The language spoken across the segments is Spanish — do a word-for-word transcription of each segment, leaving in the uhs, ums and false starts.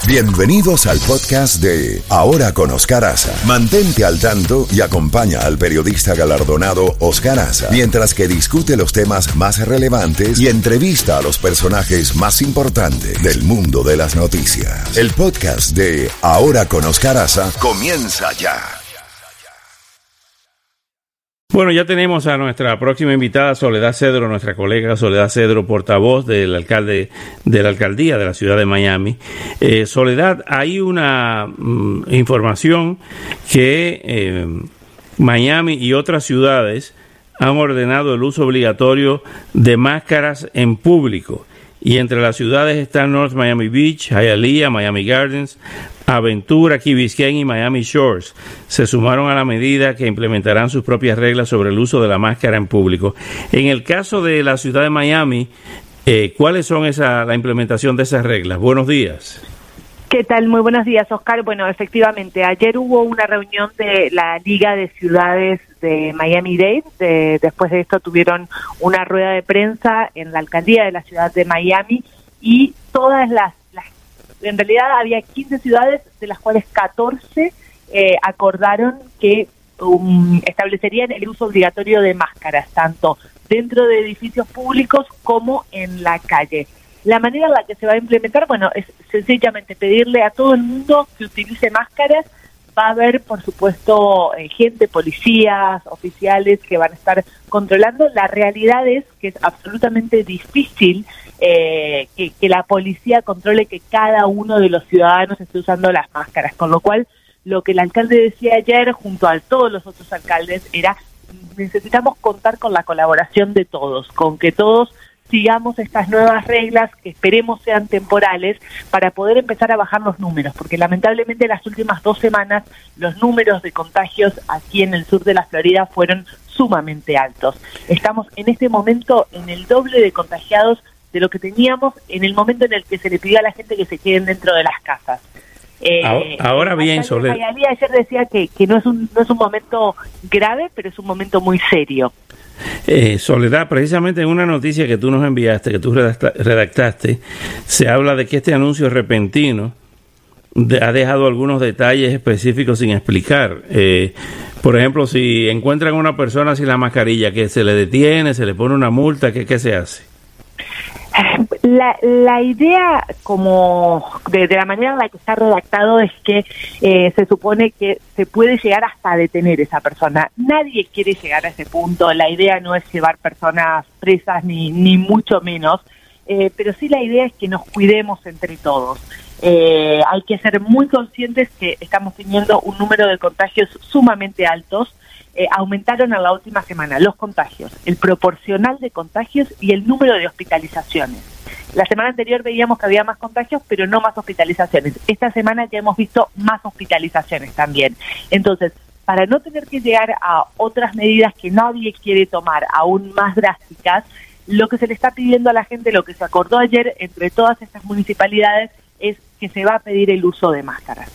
Bienvenidos al podcast de Ahora con Oscar Aza. Mantente al tanto y acompaña al periodista galardonado Oscar Aza mientras que discute los temas más relevantes y entrevista a los personajes más importantes del mundo de las noticias. El podcast de Ahora con Oscar Aza comienza ya. Bueno, ya tenemos a nuestra próxima invitada, Soledad Cedro, nuestra colega Soledad Cedro, portavoz del alcalde de la alcaldía de la ciudad de Miami. Eh, Soledad, hay una mm, información que eh, Miami y otras ciudades han ordenado el uso obligatorio de máscaras en público. Y entre las ciudades están North Miami Beach, Hialeah, Miami Gardens, Aventura, Key Biscayne y Miami Shores. Se sumaron a la medida que implementarán sus propias reglas sobre el uso de la máscara en público. En el caso de la ciudad de Miami, eh, ¿cuáles son esa, la implementación de esas reglas? Buenos días. ¿Qué tal? Muy buenos días, Oscar. Bueno, efectivamente, ayer hubo una reunión de la Liga de Ciudades de Miami-Dade. De, después de esto tuvieron una rueda de prensa en la alcaldía de la ciudad de Miami y todas las, las en realidad había quince ciudades, de las cuales catorce eh, acordaron que um, establecerían el uso obligatorio de máscaras, tanto dentro de edificios públicos como en la calle. La manera en la que se va a implementar, bueno, es sencillamente pedirle a todo el mundo que utilice máscaras. Va a haber, por supuesto, eh, gente, policías, oficiales que van a estar controlando. La realidad es que es absolutamente difícil eh, que, que la policía controle que cada uno de los ciudadanos esté usando las máscaras. Con lo cual, lo que el alcalde decía ayer, junto a todos los otros alcaldes, era necesitamos contar con la colaboración de todos, con que todos sigamos estas nuevas reglas que esperemos sean temporales para poder empezar a bajar los números, porque lamentablemente las últimas dos semanas los números de contagios aquí en el sur de la Florida fueron sumamente altos. Estamos en este momento en el doble de contagiados de lo que teníamos en el momento en el que se le pidió a la gente que se queden dentro de las casas. Eh, Ahora bien, Soledad. Ayer decía que, que no es un no es un momento grave, pero es un momento muy serio. Eh, Soledad, precisamente en una noticia que tú nos enviaste, que tú redacta, redactaste, se habla de que este anuncio repentino de, ha dejado algunos detalles específicos sin explicar. Eh, por ejemplo, si encuentran a una persona sin la mascarilla, que se le detiene, se le pone una multa, ¿qué, qué se hace? La, la idea, como de, de la manera en la que está redactado, es que eh, se supone que se puede llegar hasta a detener esa persona. Nadie quiere llegar a ese punto. La idea no es llevar personas presas, ni, ni mucho menos, eh, pero sí la idea es que nos cuidemos entre todos. Eh, hay que ser muy conscientes que estamos teniendo un número de contagios sumamente altos. Eh, aumentaron en la última semana los contagios, el proporcional de contagios y el número de hospitalizaciones. La semana anterior veíamos que había más contagios, pero no más hospitalizaciones. Esta semana ya hemos visto más hospitalizaciones también. Entonces, para no tener que llegar a otras medidas que nadie quiere tomar, aún más drásticas, lo que se le está pidiendo a la gente, lo que se acordó ayer entre todas estas municipalidades, es que se va a pedir el uso de máscaras.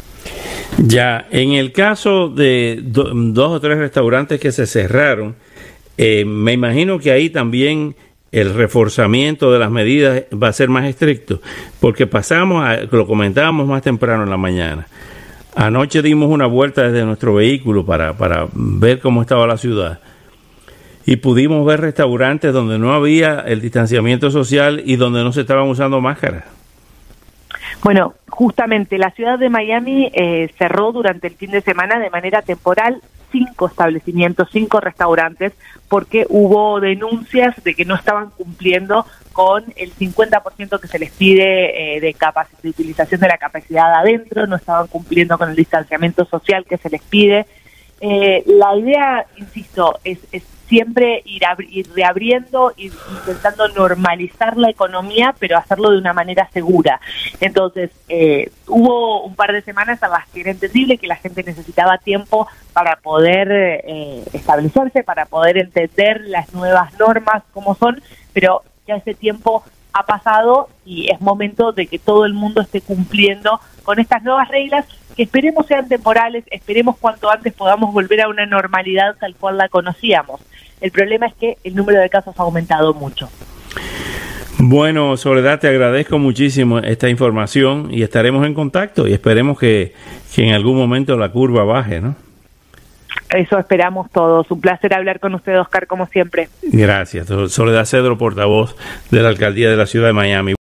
Ya, en el caso de do, dos o tres restaurantes que se cerraron, eh, me imagino que ahí también el reforzamiento de las medidas va a ser más estricto, porque pasamos, a, lo comentábamos más temprano en la mañana. Anoche dimos una vuelta desde nuestro vehículo para, para ver cómo estaba la ciudad y pudimos ver restaurantes donde no había el distanciamiento social y donde no se estaban usando máscaras. Bueno, justamente la ciudad de Miami eh, cerró durante el fin de semana de manera temporal cinco establecimientos, cinco restaurantes, porque hubo denuncias de que no estaban cumpliendo con el cincuenta por ciento que se les pide eh, de, capac- de utilización de la capacidad adentro, no estaban cumpliendo con el distanciamiento social que se les pide. Eh, la idea, insisto, es, es siempre ir, abri- ir reabriendo, ir intentando normalizar la economía, pero hacerlo de una manera segura. Entonces, eh, hubo un par de semanas en las que era entendible que la gente necesitaba tiempo para poder eh, establecerse, para poder entender las nuevas normas como son, pero ya ese tiempo ha pasado y es momento de que todo el mundo esté cumpliendo con estas nuevas reglas que esperemos sean temporales, esperemos cuanto antes podamos volver a una normalidad tal cual la conocíamos. El problema es que el número de casos ha aumentado mucho. Bueno, Soledad, te agradezco muchísimo esta información y estaremos en contacto y esperemos que, que en algún momento la curva baje, ¿no? Eso esperamos todos. Un placer hablar con usted, Oscar, como siempre. Gracias. Soledad Cedro, portavoz de la Alcaldía de la Ciudad de Miami.